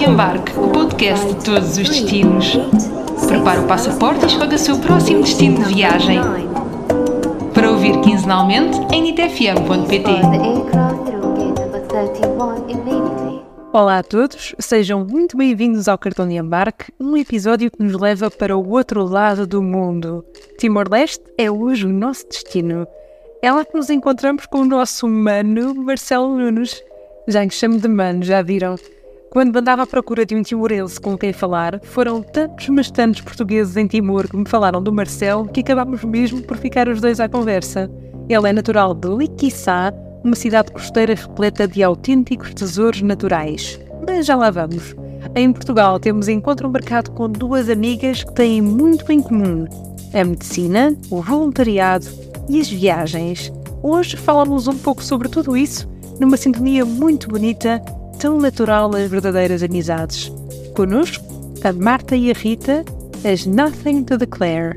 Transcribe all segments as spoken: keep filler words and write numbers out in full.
Embarque, o podcast de todos os destinos. Prepare o passaporte e escolha o seu próximo destino de viagem. Para ouvir quinzenalmente em nit f m ponto p t. Olá a todos, sejam muito bem-vindos ao Cartão de Embarque, um episódio que nos leva para o outro lado do mundo. Timor-Leste é hoje o nosso destino. É lá que nos encontramos com o nosso mano Marcelo Nunes. Já lhe chamo de mano, já viram? Quando andava à procura de um timorense com quem falar, foram tantos, mas tantos portugueses em Timor que me falaram do Marcelo que acabámos mesmo por ficar os dois à conversa. Ele é natural de Liquiçá, uma cidade costeira repleta de autênticos tesouros naturais. Mas já lá vamos. Em Portugal temos encontro marcado com duas amigas que têm muito em comum: a medicina, o voluntariado e as viagens. Hoje falamos um pouco sobre tudo isso, numa sintonia muito bonita, tão natural às verdadeiras amizades. Connosco, a Marta e a Rita, as Nothing to Declare.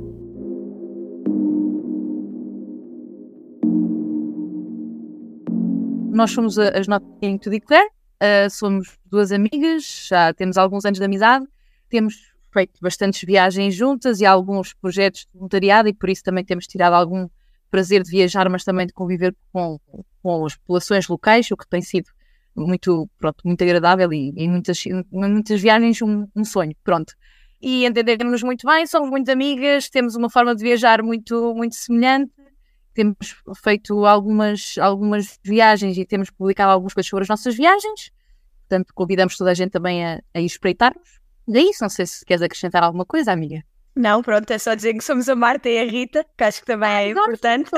Nós somos as Nothing to Declare, uh, somos duas amigas, já temos alguns anos de amizade, temos feito bastantes viagens juntas e alguns projetos de voluntariado e por isso também temos tirado algum prazer de viajar, mas também de conviver com, com as populações locais, o que tem sido muito, pronto, muito agradável e em muitas, muitas viagens um, um sonho, pronto. E entendemos muito bem, somos muito amigas, temos uma forma de viajar muito, muito semelhante, temos feito algumas, algumas viagens e temos publicado algumas coisas sobre as nossas viagens, portanto convidamos toda a gente também a, a ir espreitar-nos. E é isso, não sei se queres acrescentar alguma coisa, amiga. Não, pronto, é só dizer que somos a Marta e a Rita, que acho que também é importante.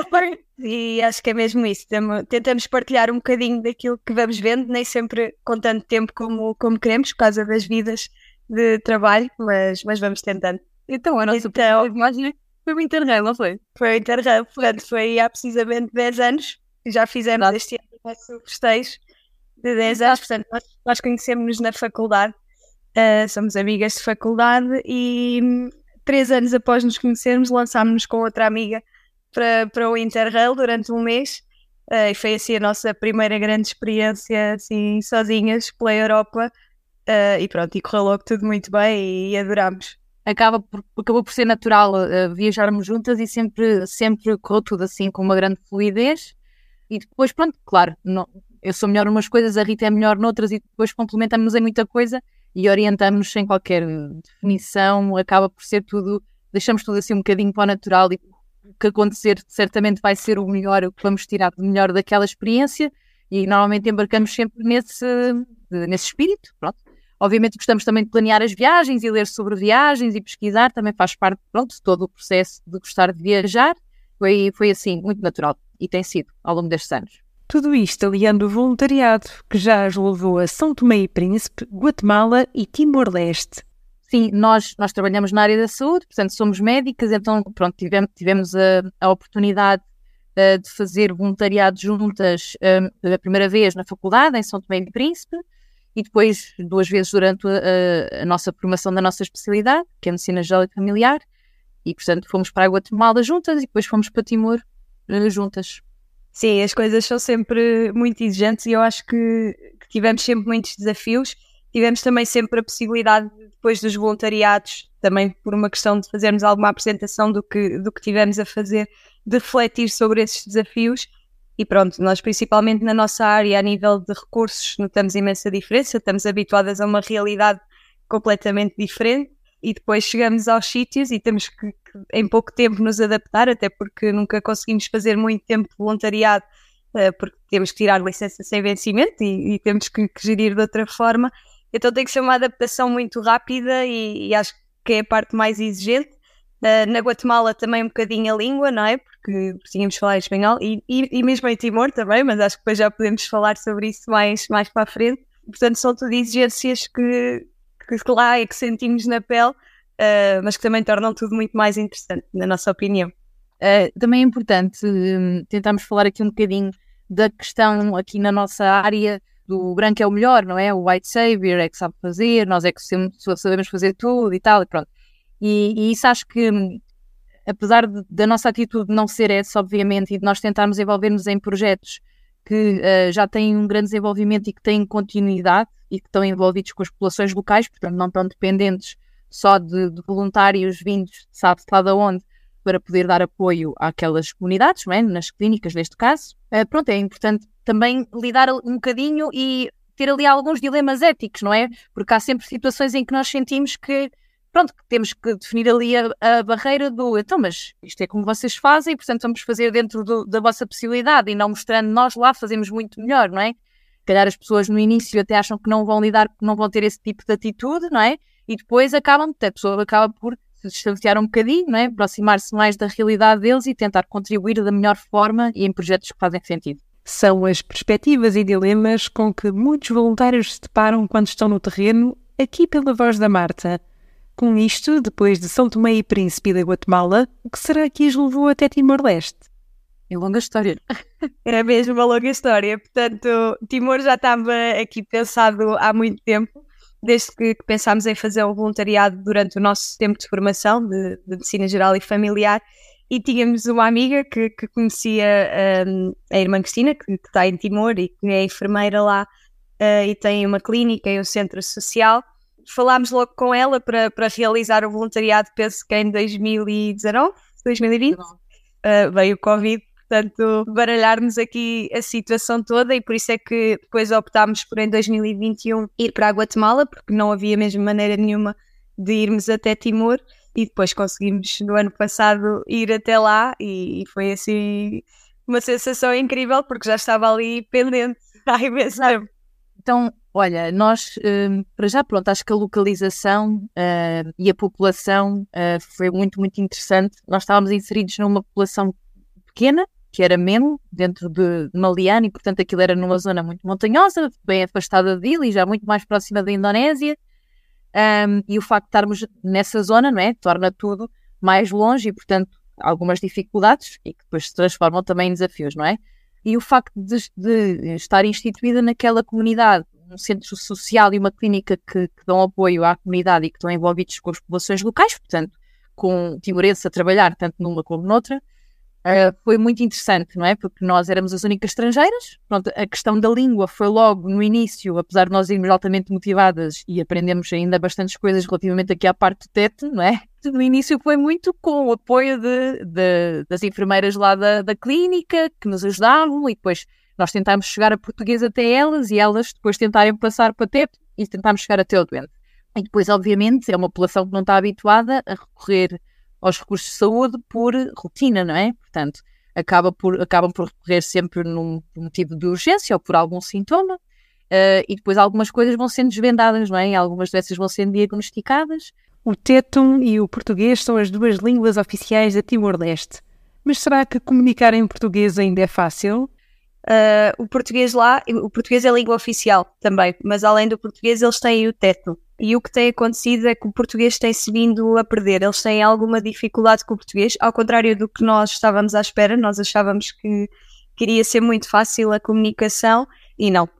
E acho que é mesmo isso. Tentamos partilhar um bocadinho daquilo que vamos vendo, nem sempre com tanto tempo como, como queremos, por causa das vidas de trabalho, mas, mas vamos tentando. Então, a nossa então, imagem foi o Interrail, não foi? Foi o Interrail, portanto, foi há precisamente dez anos, que já fizemos Exato. Este ano o nosso festejo de dez anos, portanto, nós, nós conhecemos-nos na faculdade, uh, somos amigas de faculdade e três anos após nos conhecermos, lançámos-nos com outra amiga para, para o Interrail durante um mês uh, e foi assim a nossa primeira grande experiência assim, sozinhas pela Europa uh, e pronto, e correu logo tudo muito bem e, e adorámos. Acaba por, acabou por ser natural uh, viajarmos juntas e sempre, sempre correu tudo assim com uma grande fluidez e depois pronto, claro, não, eu sou melhor em umas coisas, a Rita é melhor noutras e depois complementamos-nos em muita coisa e orientamos-nos sem qualquer definição, acaba por ser tudo, deixamos tudo assim um bocadinho para o natural e o que acontecer certamente vai ser o melhor, o que vamos tirar de melhor daquela experiência e normalmente embarcamos sempre nesse, nesse espírito, pronto. Obviamente gostamos também de planear as viagens e ler sobre viagens e pesquisar, também faz parte, pronto, de todo o processo de gostar de viajar, foi, foi assim, muito natural e tem sido ao longo destes anos. Tudo isto aliando o voluntariado, que já as levou a São Tomé e Príncipe, Guatemala e Timor-Leste. Sim, nós, nós trabalhamos na área da saúde, portanto somos médicas, então pronto, tivemos, tivemos a, a oportunidade uh, de fazer voluntariado juntas uh, pela primeira vez na faculdade, em São Tomé e Príncipe, e depois duas vezes durante a, a nossa formação da nossa especialidade, que é a Medicina Geral e Familiar, e portanto fomos para a Guatemala juntas e depois fomos para Timor uh, juntas. Sim, as coisas são sempre muito exigentes e eu acho que, que tivemos sempre muitos desafios. Tivemos também sempre a possibilidade, depois dos voluntariados, também por uma questão de fazermos alguma apresentação do que, do que tivemos a fazer, de refletir sobre esses desafios. E pronto, nós principalmente na nossa área, a nível de recursos, notamos imensa diferença. Estamos habituadas a uma realidade completamente diferente. E depois chegamos aos sítios e temos que, que em pouco tempo nos adaptar, até porque nunca conseguimos fazer muito tempo de voluntariado, uh, porque temos que tirar licença sem vencimento e, e temos que, que gerir de outra forma. Então tem que ser uma adaptação muito rápida e, e acho que é a parte mais exigente. Uh, na Guatemala também um bocadinho a língua, não é? Porque tínhamos de falar espanhol e, e, e mesmo em Timor também, mas acho que depois já podemos falar sobre isso mais, mais para a frente. Portanto, são tudo exigências que... que lá é que sentimos na pele, uh, mas que também tornam tudo muito mais interessante, na nossa opinião. Uh, também é importante um, tentarmos falar aqui um bocadinho da questão aqui na nossa área do branco é o melhor, não é? O white savior é que sabe fazer, nós é que sabemos fazer tudo e tal, e pronto. E, e isso acho que, apesar de, da nossa atitude não ser essa, obviamente, e de nós tentarmos envolver-nos em projetos que uh, já têm um grande desenvolvimento e que têm continuidade e que estão envolvidos com as populações locais, portanto não estão dependentes só de, de voluntários vindos, sabe-se lá de onde, para poder dar apoio àquelas comunidades, não é? Nas clínicas neste caso. Uh, pronto, é importante também lidar um bocadinho e ter ali alguns dilemas éticos, não é? Porque há sempre situações em que nós sentimos que, pronto, que temos que definir ali a, a barreira do, então, mas isto é como vocês fazem, portanto vamos fazer dentro do, da vossa possibilidade e não mostrando nós lá fazemos muito melhor, não é? Se calhar as pessoas no início até acham que não vão lidar, que não vão ter esse tipo de atitude, não é? E depois acabam, a pessoa acaba por se distanciar um bocadinho, não é? Aproximar-se mais da realidade deles e tentar contribuir da melhor forma e em projetos que fazem sentido. São as perspectivas e dilemas com que muitos voluntários se deparam quando estão no terreno, aqui pela voz da Marta. Com isto, depois de São Tomé e Príncipe da Guatemala, o que será que as levou até Timor-Leste? É longa história. Era mesmo uma longa história. Portanto, Timor já estava aqui pensado há muito tempo, desde que pensámos em fazer um voluntariado durante o nosso tempo de formação de, de Medicina Geral e Familiar. E tínhamos uma amiga que, que conhecia um, a irmã Cristina, que, que está em Timor e que é enfermeira lá uh, e tem uma clínica e um centro social. Falámos logo com ela para, para realizar o voluntariado, penso que em dois mil e dezanove, dois mil e vinte, uh, veio o Covid, portanto baralhar-nos aqui a situação toda e por isso é que depois optámos por em dois mil e vinte e um ir para a Guatemala, porque não havia mesmo maneira nenhuma de irmos até Timor. E depois conseguimos no ano passado ir até lá e, e foi assim uma sensação incrível porque já estava ali pendente há imenso tempo. Então, olha, nós um, para já pronto, acho que a localização uh, e a população uh, foi muito, muito interessante. Nós estávamos inseridos numa população pequena, que era Memo, dentro de Maliane, e portanto aquilo era numa zona muito montanhosa, bem afastada de Dili, já muito mais próxima da Indonésia. Um, e o facto de estarmos nessa zona, não é? Torna tudo mais longe e, portanto, algumas dificuldades e que depois se transformam também em desafios, não é? E o facto de, de estar instituída naquela comunidade, um centro social e uma clínica que, que dão apoio à comunidade e que estão envolvidos com as populações locais, portanto, com timorenses a trabalhar tanto numa como noutra, Uh, foi muito interessante, não é? Porque nós éramos as únicas estrangeiras. Pronto, a questão da língua foi logo no início, apesar de nós irmos altamente motivadas e aprendemos ainda bastantes coisas relativamente aqui à parte do teto, não é? No início foi muito com o apoio de, de, das enfermeiras lá da, da clínica, que nos ajudavam, e depois nós tentámos chegar a português até elas, e elas depois tentarem passar para teto e tentámos chegar até o doente. E depois, obviamente, é uma população que não está habituada a recorrer aos recursos de saúde por rotina, não é? Portanto, acaba por, acabam por recorrer sempre num motivo de urgência ou por algum sintoma, uh, e depois algumas coisas vão sendo desvendadas, não é? E algumas doenças vão sendo diagnosticadas. O tétum e o português são as duas línguas oficiais da Timor-Leste. Mas será que comunicar em português ainda é fácil? Uh, o português lá, o português é a língua oficial também, mas além do português eles têm o tétum. E o que tem acontecido é que o português tem-se vindo a perder. Eles têm alguma dificuldade com o português, ao contrário do que nós estávamos à espera. Nós achávamos que, que iria ser muito fácil a comunicação e não,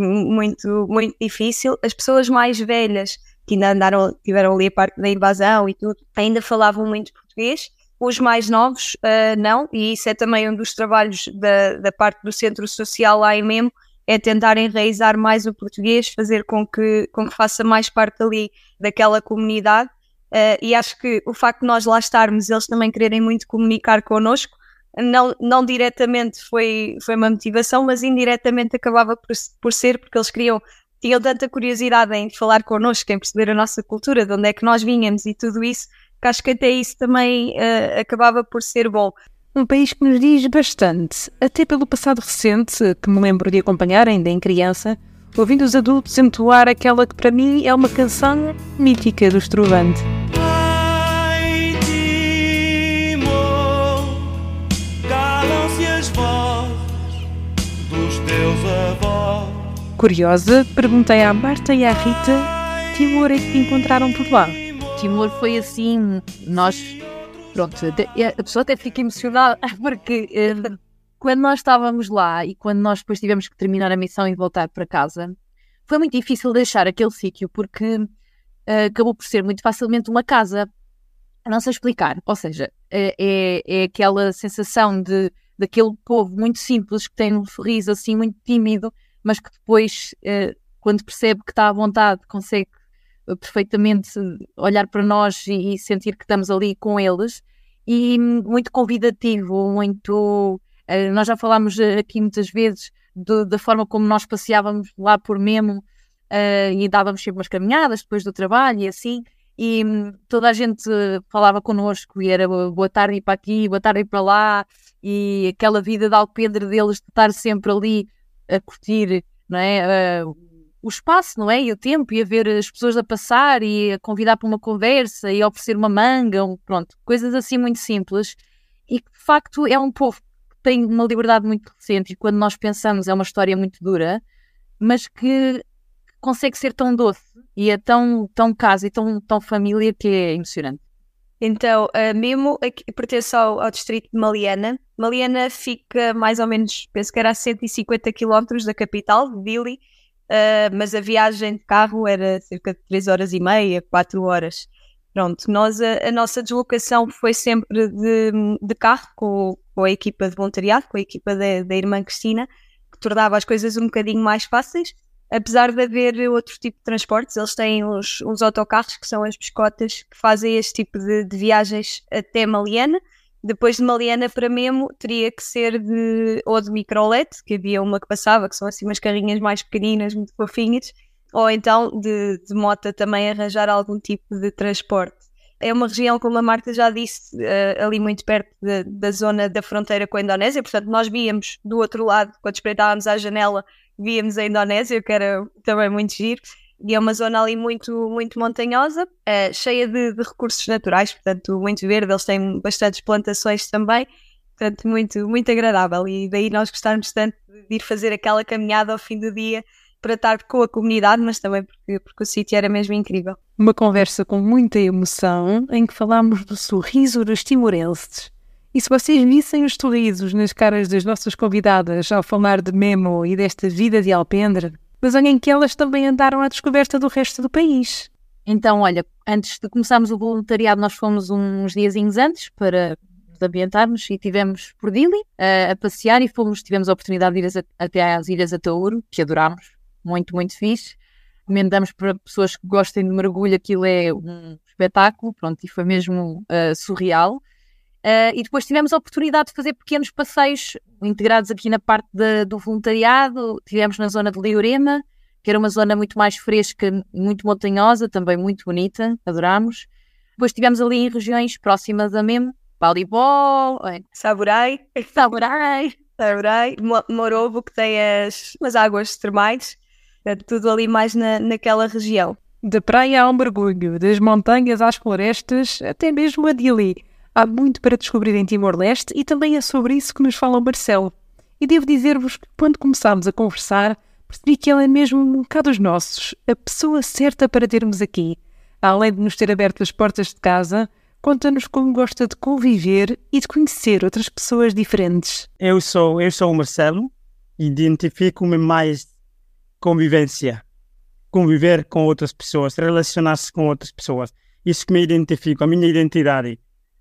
muito, muito difícil. As pessoas mais velhas, que ainda andaram, tiveram ali a parte da invasão e tudo, ainda falavam muito português. Os mais novos, uh, não, e isso é também um dos trabalhos da, da parte do Centro Social lá em Memo, é tentar enraizar mais o português, fazer com que, com que faça mais parte ali daquela comunidade, uh, e acho que o facto de nós lá estarmos, eles também quererem muito comunicar connosco, não, não diretamente foi, foi uma motivação, mas indiretamente acabava por, por ser, porque eles queriam, tinham tanta curiosidade em falar connosco, em perceber a nossa cultura, de onde é que nós vínhamos e tudo isso, que acho que até isso também uh, acabava por ser bom. Um país que nos diz bastante, até pelo passado recente, que me lembro de acompanhar ainda em criança, ouvindo os adultos entoar aquela que para mim é uma canção mítica do Estrovante. Ai, Timor, calam-se as vozes dos teus avós. Curiosa, perguntei à Marta e à Rita, Timor é que encontraram por lá? Timor foi assim, nós... Pronto, a pessoa até fica emocionada porque eh, quando nós estávamos lá e quando nós depois tivemos que terminar a missão e voltar para casa, foi muito difícil deixar aquele sítio porque eh, acabou por ser muito facilmente uma casa. Não sei explicar, ou seja, é, é, é aquela sensação de daquele povo muito simples, que tem um sorriso assim muito tímido, mas que depois, uh, quando percebe que está à vontade, consegue uh, perfeitamente olhar para nós e, e sentir que estamos ali com eles. E muito convidativo, muito... Uh, nós já falámos aqui muitas vezes do, da forma como nós passeávamos lá por Memo uh, e dávamos sempre umas caminhadas depois do trabalho e assim, e um, toda a gente falava connosco e era boa tarde ir para aqui, boa tarde ir para lá, e aquela vida de alpendre deles de estar sempre ali a curtir, não é? Uh, o espaço, não é? E o tempo, e a ver as pessoas a passar e a convidar para uma conversa e a oferecer uma manga, um, pronto, coisas assim muito simples, e que de facto é um povo que tem uma liberdade muito recente, e quando nós pensamos é uma história muito dura, mas que consegue ser tão doce e é tão, tão casa e tão, tão família que é emocionante. Então, uh, Memo aqui, pertence ao, ao distrito de Maliana. Maliana fica mais ou menos, penso que era a cento e cinquenta quilómetros da capital, de Dili, uh, mas a viagem de carro era cerca de três horas e meia, quatro horas. Pronto, nós, a, a nossa deslocação foi sempre de, de carro, com, com a equipa de voluntariado, com a equipa da, da irmã Cristina, que tornava as coisas um bocadinho mais fáceis. Apesar de haver outro tipo de transportes, eles têm uns, uns autocarros, que são as biscotas, que fazem este tipo de, de viagens até Maliana. Depois de Maliana para Memo, teria que ser de, ou de microlete, que havia uma que passava, que são assim umas carrinhas mais pequeninas, muito fofinhas, ou então de, de mota também arranjar algum tipo de transporte. É uma região, como a Marta já disse, uh, ali muito perto de, da zona da fronteira com a Indonésia, portanto nós víamos do outro lado, quando espreitávamos à janela, víamos a Indonésia, que era também muito giro, e é uma zona ali muito, muito montanhosa, uh, cheia de, de recursos naturais, portanto muito verde, eles têm bastantes plantações também, portanto muito, muito agradável, e daí nós gostávamos tanto de ir fazer aquela caminhada ao fim do dia para estar com a comunidade, mas também porque, porque o sítio era mesmo incrível. Uma conversa com muita emoção, em que falámos do sorriso dos timorenses. E se vocês vissem os sorrisos nas caras das nossas convidadas ao falar de Memo e desta vida de alpendre, mas olhem que elas também andaram à descoberta do resto do país. Então, olha, antes de começarmos o voluntariado, nós fomos uns diazinhos antes para nos ambientarmos e tivemos por Dili a, a passear, e fomos, tivemos a oportunidade de ir a, até às Ilhas Atauro, que adorámos, muito, muito fixe. Recomendamos para pessoas que gostem de mergulho, aquilo é um espetáculo, pronto, e foi mesmo uh, surreal. Uh, e depois tivemos a oportunidade de fazer pequenos passeios integrados aqui na parte de, do voluntariado. Tivemos na zona de Leorema, que era uma zona muito mais fresca, muito montanhosa, também muito bonita, adorámos. Depois tivemos ali em regiões próximas a Memo, Balibol, Saburai, Saburai, Saburai, Morobo, que tem as, as águas termais, tudo ali mais na, naquela região. Da praia ao mergulho, das montanhas às florestas, até mesmo a Dili. Há muito para descobrir em Timor-Leste, e também é sobre isso que nos fala o Marcelo. E devo dizer-vos que quando começámos a conversar, percebi que ele é mesmo um bocado dos nossos, a pessoa certa para termos aqui. Além de nos ter aberto as portas de casa, conta-nos como gosta de conviver e de conhecer outras pessoas diferentes. Eu sou, eu sou o Marcelo, identifico-me mais convivência, conviver com outras pessoas, relacionar-se com outras pessoas. Isso que me identifica, a minha identidade.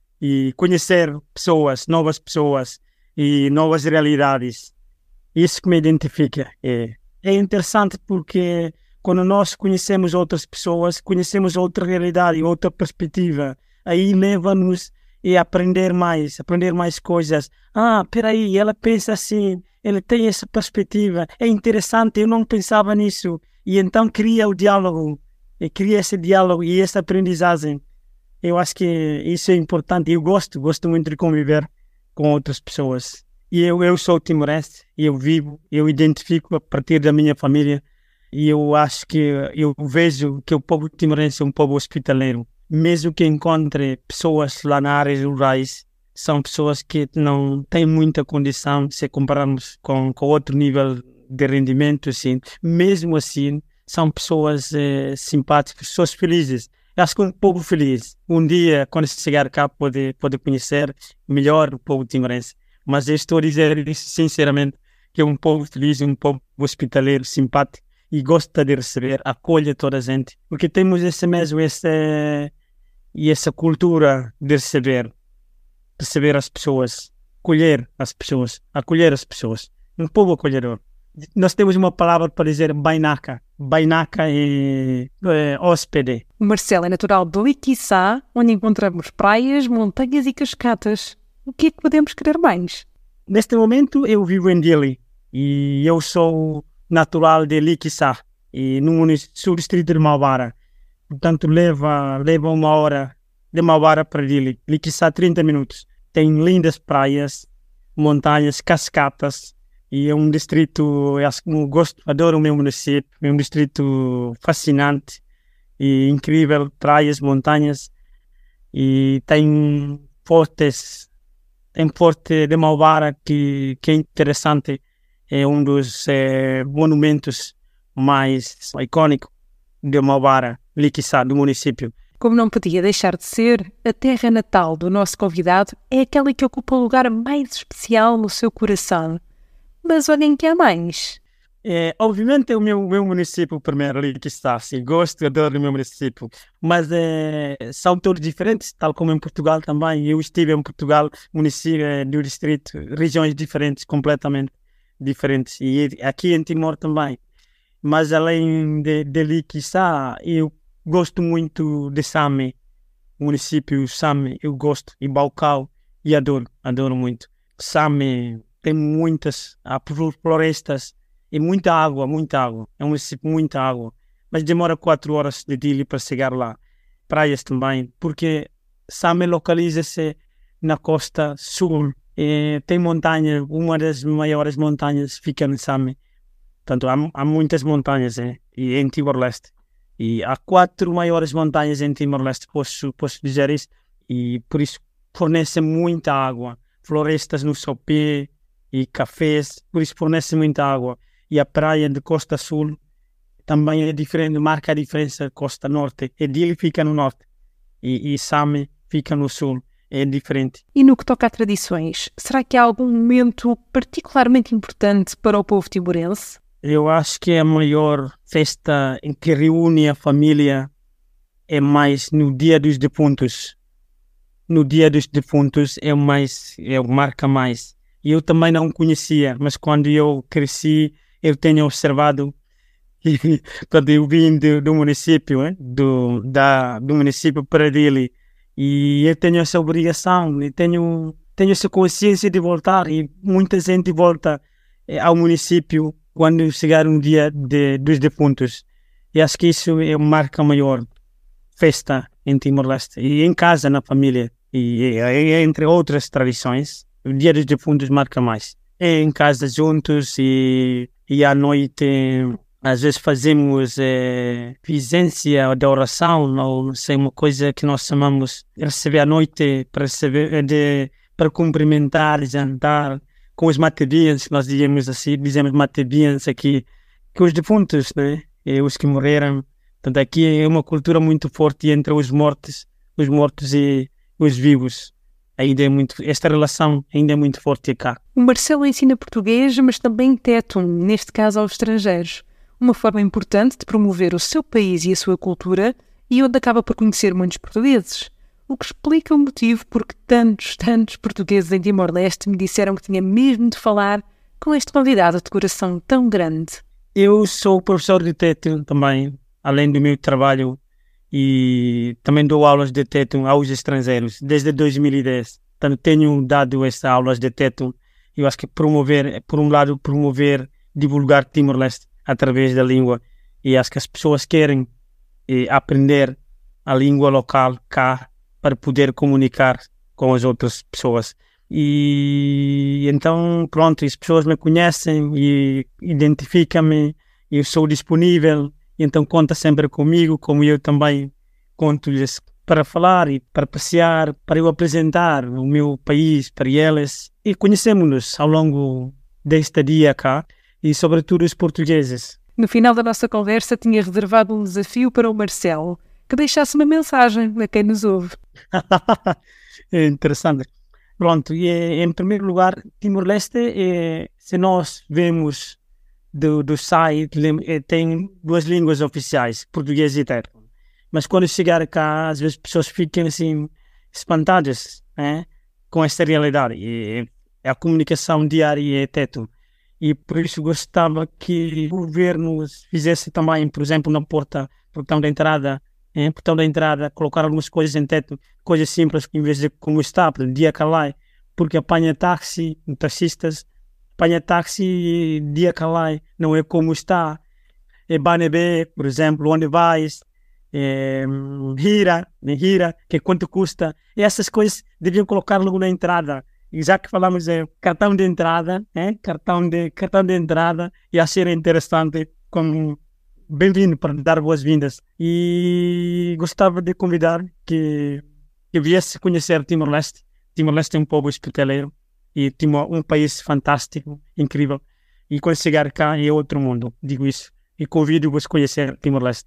E conhecer pessoas, novas pessoas e novas realidades. Isso que me identifica. É, é interessante porque quando nós conhecemos outras pessoas, conhecemos outra realidade, outra perspectiva, aí leva-nos a aprender mais, aprender mais coisas. Ah, peraí, ela pensa assim, ele tem essa perspectiva, é interessante, eu não pensava nisso. E então cria o diálogo, e cria esse diálogo e essa aprendizagem. Eu acho que isso é importante. Eu gosto, gosto muito de conviver com outras pessoas. E eu, eu sou timorense, eu vivo, eu identifico a partir da minha família, e eu acho que eu vejo que o povo timorense é um povo hospitaleiro. Mesmo que encontre pessoas lá nas áreas rurais, são pessoas que não têm muita condição, se compararmos com, com outro nível de rendimento, assim. Mesmo assim, são pessoas eh, simpáticas, pessoas felizes. Eu acho que um povo feliz, um dia, quando chegar cá, pode, pode conhecer melhor o povo timorense. Mas eu estou a dizer isso sinceramente, que é um povo feliz, um povo hospitaleiro, simpático, e gosta de receber, acolhe toda a gente, porque temos esse mesmo, esse, e essa cultura de receber, receber as pessoas. acolher as pessoas, acolher as pessoas, um povo acolhedor. Nós temos uma palavra para dizer bainaca. Bainaca é, é hóspede. O Marcelo é natural de Liquiçá, onde encontramos praias, montanhas e cascatas. O que é que podemos querer mais? Neste momento eu vivo em Dili e eu sou natural de Liquiçá, e no município distrito de Malbara. Portanto, leva, leva uma hora de Malbara para Dili. Liquiçá, trinta minutos. Tem lindas praias, montanhas, cascatas. E é um distrito, eu acho que eu gosto, adoro o meu município. É um distrito fascinante e incrível. Praias, montanhas. E tem fortes, tem forte de Malbara que, que é interessante. É um dos é, monumentos mais icônicos de Malbara, Liquiçá, do município. Como não podia deixar de ser, a terra natal do nosso convidado é aquela que ocupa o lugar mais especial no seu coração. Mas olhem que há mais. É, obviamente é o meu, meu município primeiro, Liquiçá, sim, gosto e adoro o meu município, mas é, são todos diferentes, tal como em Portugal também. Eu estive em Portugal, município é, do distrito, regiões diferentes, completamente diferentes, e aqui em Timor também. Mas além de, de Liquiçá, eu gosto muito de Same, município Same, eu gosto, e Baucau, e adoro, adoro muito. Same tem muitas ah, florestas e muita água, muita água. É um município, muita água. Mas demora quatro horas de Dili para chegar lá. Praias também, porque Same localiza-se na costa sul. E tem montanha, uma das maiores montanhas fica em Same. Portanto, há, há muitas montanhas é, e em Timor-Leste. E há quatro maiores montanhas em Timor-Leste, posso, posso dizer isso. E por isso fornece muita água. Florestas no sopé e cafés, por isso fornece muita água. E a praia de Costa Sul também é diferente, marca a diferença da Costa Norte. E Dili fica no norte e, e Same fica no sul. É diferente. E no que toca a tradições, será que há algum momento particularmente importante para o povo timorense? Eu acho que a maior festa em que reúne a família é mais no Dia dos Defuntos. No Dia dos Defuntos é o mais, é o que marca mais. E eu também não conhecia, mas quando eu cresci, eu tenho observado, e, quando eu vim do, do município, hein, do, da, do município para Dili, e eu tenho essa obrigação, e tenho, tenho essa consciência de voltar, e muita gente volta eh, ao município quando chegar um dia de, dos defuntos. E acho que isso é uma marca maior, festa em Timor-Leste, e em casa, na família, e, e, e entre outras tradições. O Dia dos Defuntos marca mais. É em casa juntos e, e à noite às vezes fazemos é, vigência de oração, ou não sei, uma coisa que nós chamamos receber à noite para, receber, de, para cumprimentar, jantar com os matebians, nós dizemos assim, dizemos matebians aqui, que os defuntos, né? E os que morreram. Portanto, aqui é uma cultura muito forte entre os mortos, os mortos e os vivos. Ainda é muito, esta relação ainda é muito forte cá. O Marcelo ensina português, mas também tétum, neste caso aos estrangeiros. Uma forma importante de promover o seu país e a sua cultura, e onde acaba por conhecer muitos portugueses. O que explica o motivo porque tantos, tantos portugueses em Timor-Leste me disseram que tinha mesmo de falar com este convidado de coração tão grande. Eu sou professor de tétum também, além do meu trabalho. E também dou aulas de tétum aos estrangeiros desde dois mil e dez. Portanto, tenho dado essas aulas de tétum. Eu acho que promover, por um lado, promover, divulgar Timor-Leste através da língua. E acho que as pessoas querem eh, aprender a língua local cá para poder comunicar com as outras pessoas. E então, pronto, as pessoas me conhecem e identificam-me. Eu sou disponível. Então conta sempre comigo, como eu também conto-lhes para falar e para apreciar, para eu apresentar o meu país para eles. E conhecemos-nos ao longo deste dia cá, e sobretudo os portugueses. No final da nossa conversa tinha reservado um desafio para o Marcelo, que deixasse uma mensagem a quem nos ouve. É interessante. Pronto, e em primeiro lugar, Timor-Leste, é, se nós vemos do, do site, tem duas línguas oficiais, português e tétum. Mas quando chegar cá, às vezes as pessoas ficam assim espantadas, né, com esta realidade. E a comunicação diária é teto. E por isso gostava que o governo fizesse também, por exemplo, na porta, portão da entrada, em portão da entrada, colocar algumas coisas em teto, coisas simples, em vez de como está, dia calai, porque apanha táxi, taxistas, apanha táxi dia calai, não é como está. É Banebé, por exemplo, onde vais, é, Hira, Hira, que quanto custa. E essas coisas deviam colocar logo na entrada. E já que falamos de cartão de entrada, é? cartão, de, cartão de entrada, ia ser interessante, como bem-vindo para dar boas-vindas. E gostava de convidar que, que viesse conhecer Timor-Leste. Timor-Leste é um povo hospitaleiro e Timor um país fantástico, incrível. E quando chegar cá é outro mundo, digo isso. E convido-vos a conhecer Timor-Leste.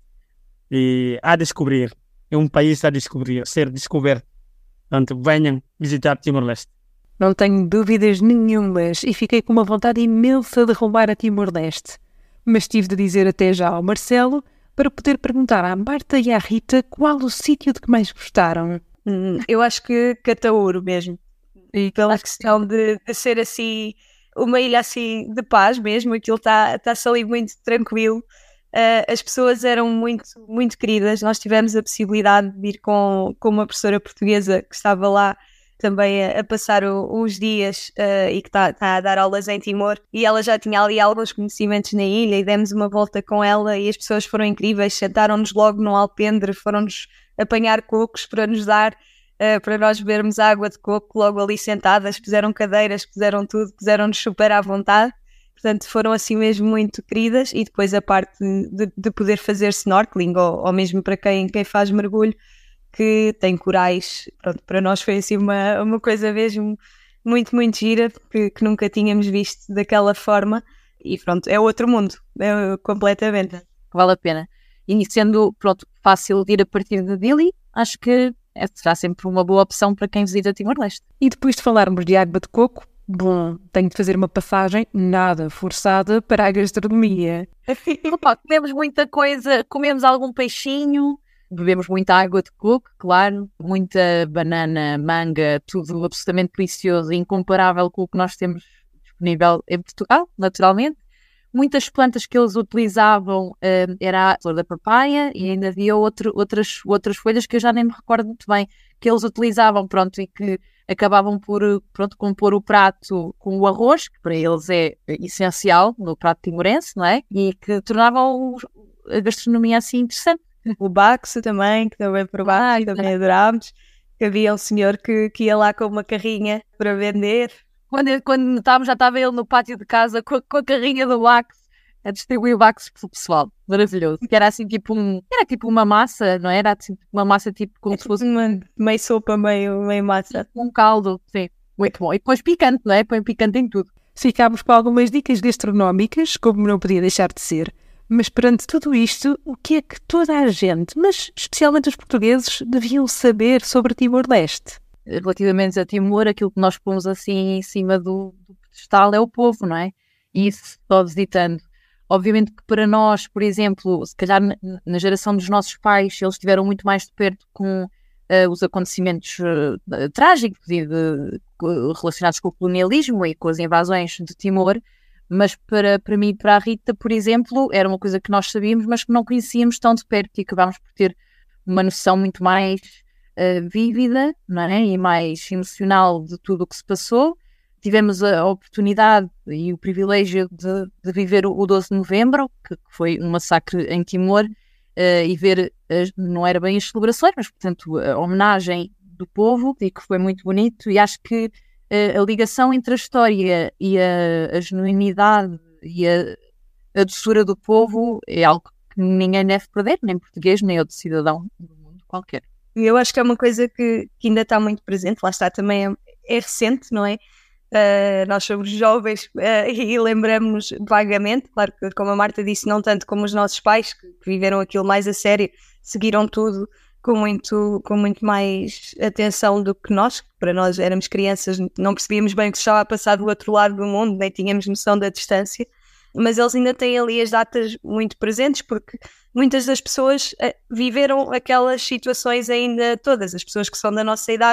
E a descobrir, é um país a descobrir, a ser descoberto. Portanto, venham visitar Timor-Leste. Não tenho dúvidas nenhumas e fiquei com uma vontade imensa de rumar a Timor-Leste. Mas tive de dizer até já ao Marcelo para poder perguntar à Marta e à Rita qual o sítio de que mais gostaram. Hum, eu acho que Catauro mesmo. E pela questão de, de ser assim, uma ilha assim de paz mesmo, aquilo está-se ali muito tranquilo. Uh, as pessoas eram muito, muito queridas. Nós tivemos a possibilidade de ir com, com uma professora portuguesa que estava lá também a, a passar o, uns dias uh, e que está tá a dar aulas em Timor, e ela já tinha ali alguns conhecimentos na ilha e demos uma volta com ela e as pessoas foram incríveis, sentaram-nos logo num alpendre, foram-nos apanhar cocos para nos dar, uh, para nós bebermos água de coco logo ali sentadas, puseram cadeiras, puseram tudo, puseram-nos super à vontade. Portanto, foram assim mesmo muito queridas. E depois a parte de, de poder fazer snorkeling, ou, ou mesmo para quem, quem faz mergulho, que tem corais. Pronto, para nós foi assim uma, uma coisa mesmo muito, muito gira, que, que nunca tínhamos visto daquela forma. E pronto, é outro mundo, é completamente. Vale a pena. E sendo, pronto, fácil de ir a partir de Dili, acho que é, será sempre uma boa opção para quem visita Timor-Leste. E depois de falarmos de água de coco, bom, tenho de fazer uma passagem nada forçada para a gastronomia. Opa, comemos muita coisa, comemos algum peixinho, bebemos muita água de coco, claro, muita banana, manga, tudo absolutamente delicioso e incomparável com o que nós temos disponível em Portugal, naturalmente. Muitas plantas que eles utilizavam uh, era a flor da papaya e ainda havia outro, outras, outras folhas que eu já nem me recordo muito bem, que eles utilizavam, pronto, e que acabavam por, pronto, compor o prato com o arroz, que para eles é essencial no prato timorense, não é? E que tornavam a gastronomia assim interessante. O baxo também, que também provámos, ah, também adorámos. Que havia um senhor que, que ia lá com uma carrinha para vender. Quando, quando estávamos, já estava ele no pátio de casa com, com a carrinha do Bax a distribuir o Bax pelo pessoal. Maravilhoso. Que era assim tipo um, era tipo uma massa, não é? Era assim, uma massa tipo como é se fosse uma meio sopa, meio, meio massa. Um caldo, sim. Muito bom. E depois picante, não é? Põe picante em tudo. Ficámos com algumas dicas gastronómicas, como não podia deixar de ser. Mas perante tudo isto, o que é que toda a gente, mas especialmente os portugueses, deviam saber sobre Timor-Leste? Relativamente a Timor, aquilo que nós pomos assim em cima do, do pedestal é o povo, não é? E isso só visitando. Obviamente que para nós, por exemplo, se calhar na, na geração dos nossos pais, eles estiveram muito mais de perto com uh, os acontecimentos uh, trágicos e de, uh, relacionados com o colonialismo e com as invasões de Timor, mas para, para mim e para a Rita, por exemplo, era uma coisa que nós sabíamos, mas que não conhecíamos tão de perto e acabámos por ter uma noção muito mais uh, vívida, não é? E mais emocional de tudo o que se passou. Tivemos a oportunidade e o privilégio de, de viver o doze de novembro, que foi um massacre em Timor, uh, e ver, uh, não era bem as celebrações, mas, portanto, a homenagem do povo, e que foi muito bonito, e acho que uh, a ligação entre a história e a, a genuinidade e a, a doçura do povo é algo que ninguém deve perder, nem português, nem outro cidadão do mundo qualquer. Eu acho que é uma coisa que, que ainda está muito presente, lá está, também é, é recente, não é? Uh, nós somos jovens uh, e lembramos vagamente, claro que como a Marta disse, não tanto como os nossos pais, que, que viveram aquilo mais a sério, seguiram tudo com muito, com muito mais atenção do que nós, que para nós éramos crianças, não percebíamos bem o que se estava a passar do outro lado do mundo, nem tínhamos noção da distância, mas eles ainda têm ali as datas muito presentes, porque muitas das pessoas uh, viveram aquelas situações ainda todas, as pessoas que são da nossa idade,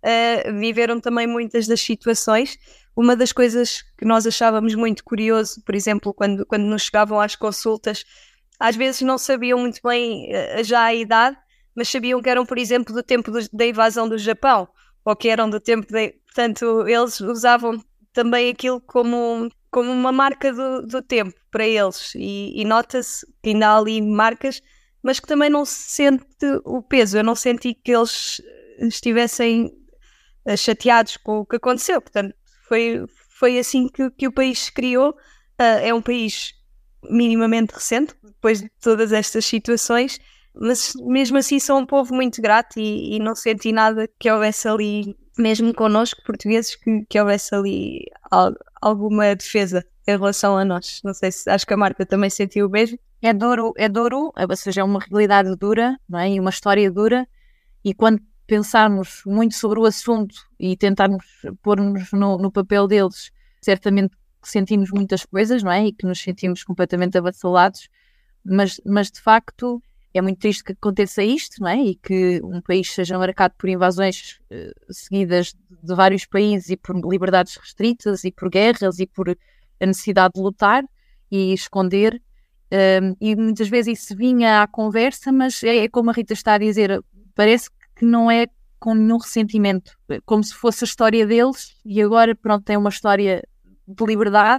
uh, viveram também muitas das situações. Uma das coisas que nós achávamos muito curioso, por exemplo, quando, quando nos chegavam às consultas, às vezes não sabiam muito bem uh, já a idade, mas sabiam que eram, por exemplo, do tempo do, da invasão do Japão, ou que eram do tempo de... Portanto, eles usavam também aquilo como, como uma marca do, do tempo para eles. E, e nota-se que ainda há ali marcas, mas que também não se sente o peso. Eu não senti que eles estivessem chateados com o que aconteceu. Portanto, foi, foi assim que, que o país se criou. Uh, é um país minimamente recente, depois de todas estas situações, mas mesmo assim são um povo muito grato e, e não senti nada que houvesse ali, mesmo connosco, portugueses, que, que houvesse ali al, alguma defesa em relação a nós. Não sei se, acho que a Marta também sentiu o mesmo. É duro, é duro, ou seja, é uma realidade dura, não é? E uma história dura, e quando pensarmos muito sobre o assunto e tentarmos pôr-nos no, no papel deles, certamente sentimos muitas coisas, não é? E que nos sentimos completamente avassalados, mas, mas de facto é muito triste que aconteça isto, não é? E que um país seja marcado por invasões uh, seguidas de vários países e por liberdades restritas e por guerras e por a necessidade de lutar e esconder. Um, e muitas vezes isso vinha à conversa, mas é, é como a Rita está a dizer, parece que não é com nenhum ressentimento, como se fosse a história deles e agora pronto, tem uma história de liberdade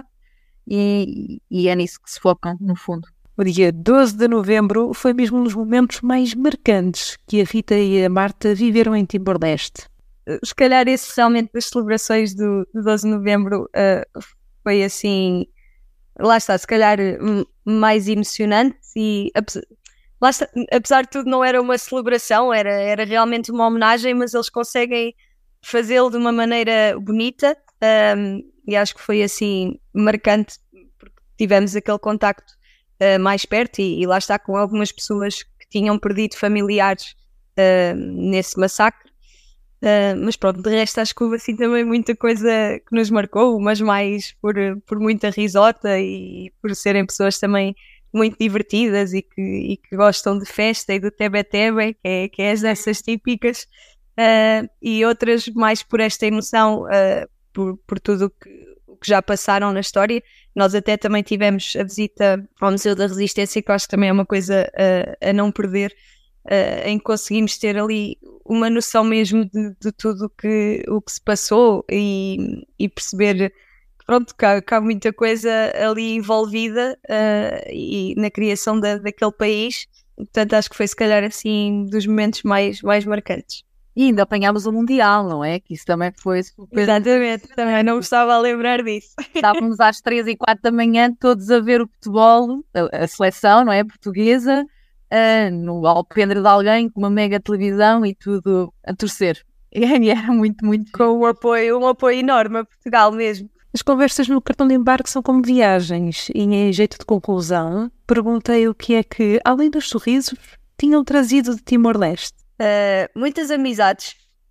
e, e é nisso que se focam no fundo. O dia doze de novembro foi mesmo um dos momentos mais marcantes que a Rita e a Marta viveram em Timor-Leste. Se calhar esse realmente das celebrações do, do doze de novembro uh, foi assim, lá está, se calhar m- mais emocionante e apesar, lá está, apesar de tudo não era uma celebração, era, era realmente uma homenagem, mas eles conseguem fazê-lo de uma maneira bonita um, e acho que foi assim marcante porque tivemos aquele contacto Uh, mais perto e, e lá está com algumas pessoas que tinham perdido familiares uh, nesse massacre, uh, mas pronto, de resto acho que houve assim também muita coisa que nos marcou, mas mais por, por muita risota e por serem pessoas também muito divertidas e que, e que gostam de festa e do tebe-tebe, que é, que é as dessas típicas, uh, e outras mais por esta emoção, uh, por, por tudo o que, o que já passaram na história. Nós até também tivemos a visita ao Museu da Resistência, que eu acho que também é uma coisa uh, a não perder, uh, em que conseguimos ter ali uma noção mesmo de, de tudo o que, o que se passou e, e perceber pronto, que, há, que há muita coisa ali envolvida uh, e na criação da, daquele país. Portanto, acho que foi se calhar assim dos momentos mais, mais marcantes. E ainda apanhámos o Mundial, não é? Que isso também foi super... Exatamente, também não me estava a lembrar disso. Estávamos às três e quatro da manhã todos a ver o futebol, a, a seleção, não é? Portuguesa, uh, no alpendre de alguém, com uma mega televisão e tudo a torcer. E era muito, muito... Com um apoio, um apoio enorme a Portugal mesmo. As conversas no cartão de embarque são como viagens e em jeito de conclusão perguntei o que é que, além dos sorrisos, tinham trazido de Timor-Leste. Uh, muitas amizades.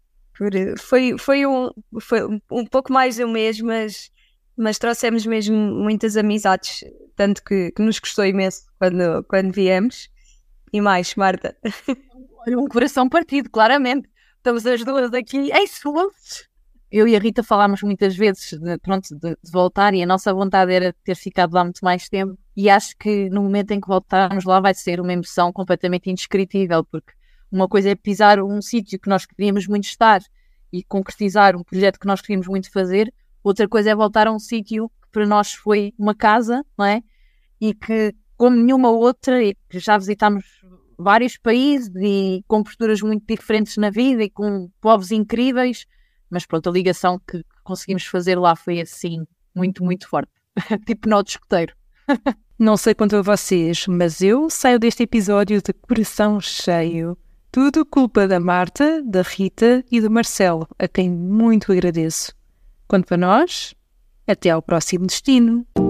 Foi, foi, um, foi um pouco mais de um mês, mas, mas trouxemos mesmo muitas amizades, tanto que, que nos custou imenso quando, quando viemos. E mais, Marta? Olha, um coração partido, claramente. Estamos as duas aqui em suas. Eu e a Rita falámos muitas vezes de, pronto, de, de voltar e a nossa vontade era ter ficado lá muito mais tempo e acho que no momento em que voltarmos lá vai ser uma emoção completamente indescritível, porque uma coisa é pisar um sítio que nós queríamos muito estar e concretizar um projeto que nós queríamos muito fazer. Outra coisa é voltar a um sítio que para nós foi uma casa, não é? E que, como nenhuma outra, e que já visitámos vários países e com posturas muito diferentes na vida e com povos incríveis, mas pronto, a ligação que conseguimos fazer lá foi assim, muito, muito forte. Tipo nó de escoteiro. Não sei quanto a vocês, mas eu saio deste episódio de coração cheio. Tudo culpa da Marta, da Rita e do Marcelo, a quem muito agradeço. Quanto a nós, até ao próximo destino.